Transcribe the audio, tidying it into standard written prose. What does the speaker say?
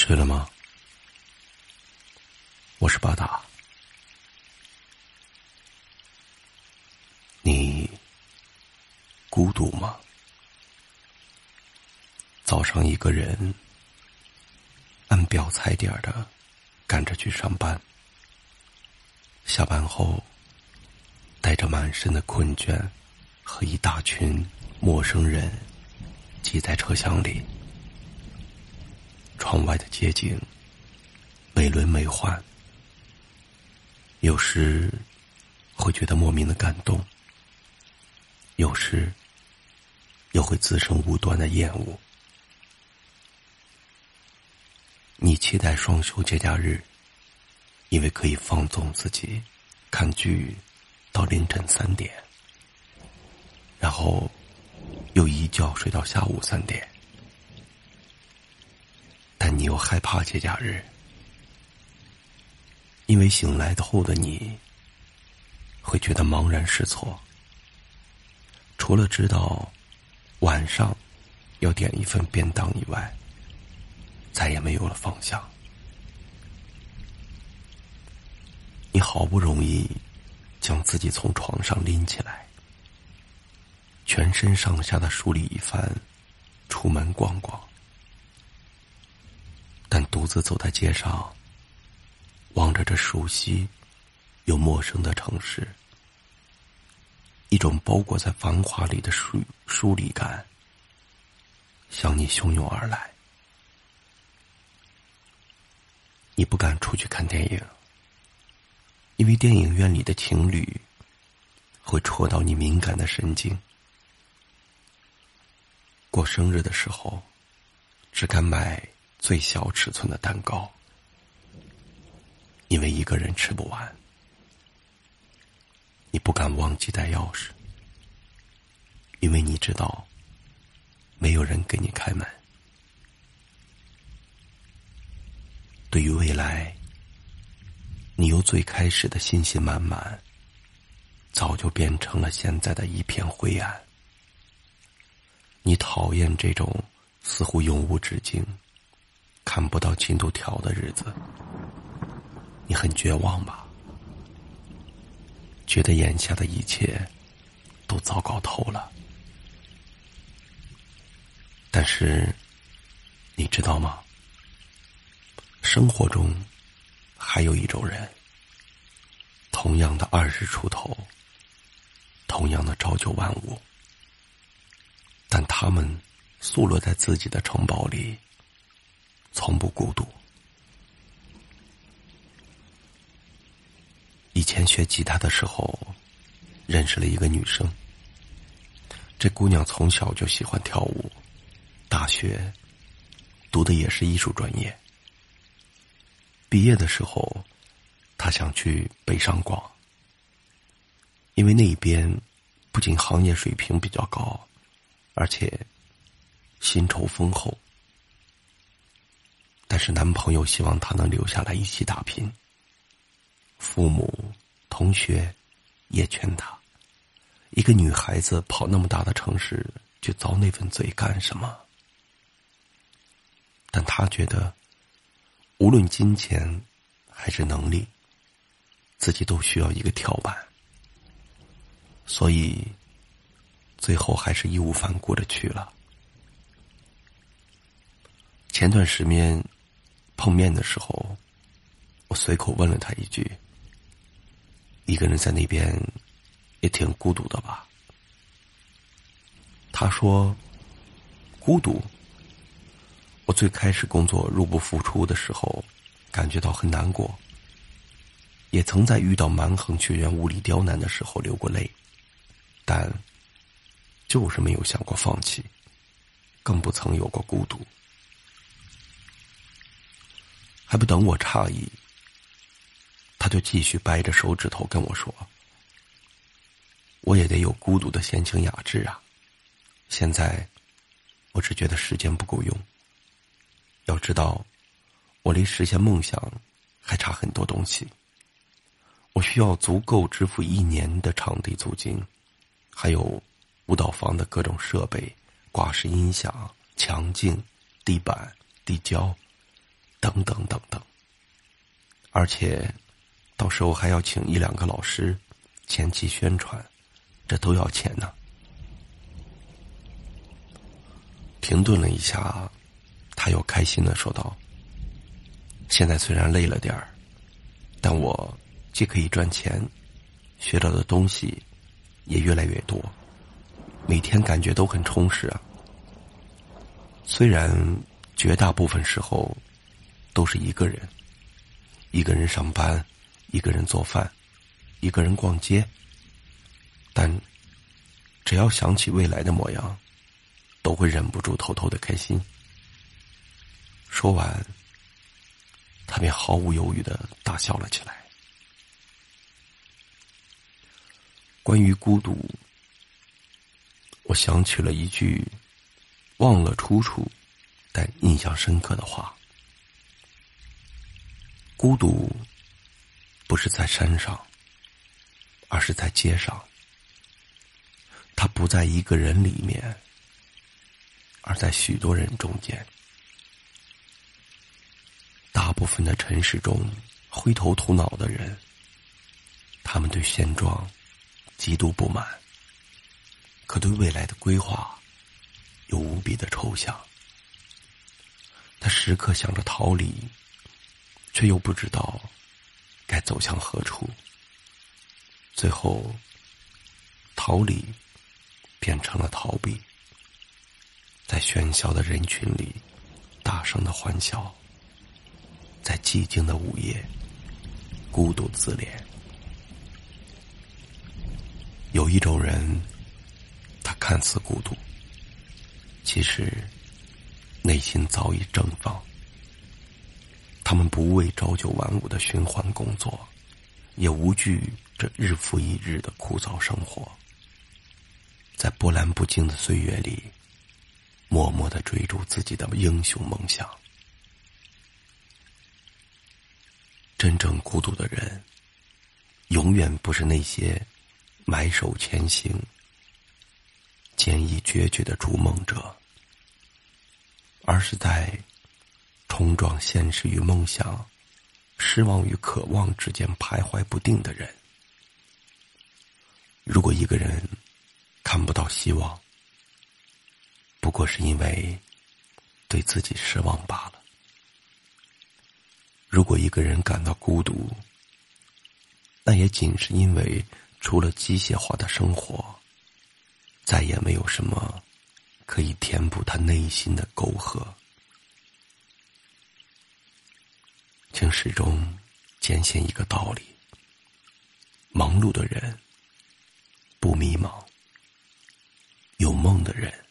睡了吗？我是巴达。你孤独吗？早上一个人按表踩点的赶着去上班，下班后带着满身的困倦和一大群陌生人挤在车厢里，窗外的街景美轮美奂，有时会觉得莫名的感动，有时又会滋生无端的厌恶。你期待双休节假日，因为可以放纵自己看剧到凌晨3点，然后又一觉睡到下午3点。但你又害怕节假日，因为醒来后的你会觉得茫然失措，除了知道晚上要点一份便当以外，再也没有了方向。你好不容易将自己从床上拎起来，全身上下的梳理一番，出门逛逛。但独自走在街上，望着这熟悉又陌生的城市，一种包裹在繁华里的疏离感向你汹涌而来。你不敢出去看电影，因为电影院里的情侣会戳到你敏感的神经。过生日的时候，只敢买最小尺寸的蛋糕，因为一个人吃不完。你不敢忘记带钥匙，因为你知道没有人给你开门。对于未来，你由最开始的信心满满，早就变成了现在的一片灰暗。你讨厌这种似乎永无止境、看不到进度条的日子。你很绝望吧？觉得眼下的一切都糟糕透了。但是你知道吗？生活中还有一种人，同样的20出头，同样的朝九晚五，但他们宿落在自己的城堡里，从不孤独。以前学吉他的时候，认识了一个女生。这姑娘从小就喜欢跳舞，大学读的也是艺术专业。毕业的时候，她想去北上广，因为那边不仅行业水平比较高，而且薪酬丰厚。但是男朋友希望她能留下来一起打拼，父母、同学也劝她，一个女孩子跑那么大的城市去遭那份罪干什么？但她觉得无论金钱还是能力，自己都需要一个跳板，所以最后还是义无反顾的去了。前段时间碰面的时候，我随口问了他一句，一个人在那边也挺孤独的吧？他说，孤独，我最开始工作入不敷出的时候，感觉到很难过，也曾在遇到蛮横学员无理刁难的时候流过泪，但就是没有想过放弃，更不曾有过孤独。还不等我诧异，他就继续掰着手指头跟我说，我也得有孤独的闲情雅致啊，现在我只觉得时间不够用。要知道，我离实现梦想还差很多东西。我需要足够支付1年的场地租金，还有舞蹈房的各种设备、挂式音响、墙镜、地板、地胶， 等等等等。而且到时候还要请1-2个老师前期宣传，这都要钱呢。停顿了一下，他又开心地说道：现在虽然累了点儿，但我既可以赚钱，学到的东西也越来越多，每天感觉都很充实啊。虽然绝大部分时候都是一个人上班，一个人做饭，一个人逛街，但只要想起未来的模样，都会忍不住偷偷的开心。说完，他便毫无犹豫的大笑了起来。关于孤独，我想起了一句忘了出处但印象深刻的话：孤独不是在山上，而是在街上。它不在一个人里面，而在许多人中间。大部分的尘世中灰头土脑的人，他们对现状极度不满，可对未来的规划又无比的抽象。他时刻想着逃离，却又不知道该走向何处。最后，逃离变成了逃避，在喧嚣的人群里大声的欢笑，在寂静的午夜孤独自怜。有一种人，他看似孤独，其实内心早已绽放。他们不为朝九晚五的循环工作，也无惧这日复一日的枯燥生活，在波澜不惊的岁月里默默地追逐自己的英雄梦想。真正孤独的人，永远不是那些埋首前行、坚毅决绝的逐梦者，而是在冲撞现实与梦想、失望与渴望之间徘徊不定的人。如果一个人看不到希望，不过是因为对自己失望罢了。如果一个人感到孤独，那也仅是因为除了机械化的生活，再也没有什么可以填补他内心的沟壑。请始终坚信一个道理：忙碌的人不迷茫，有梦的人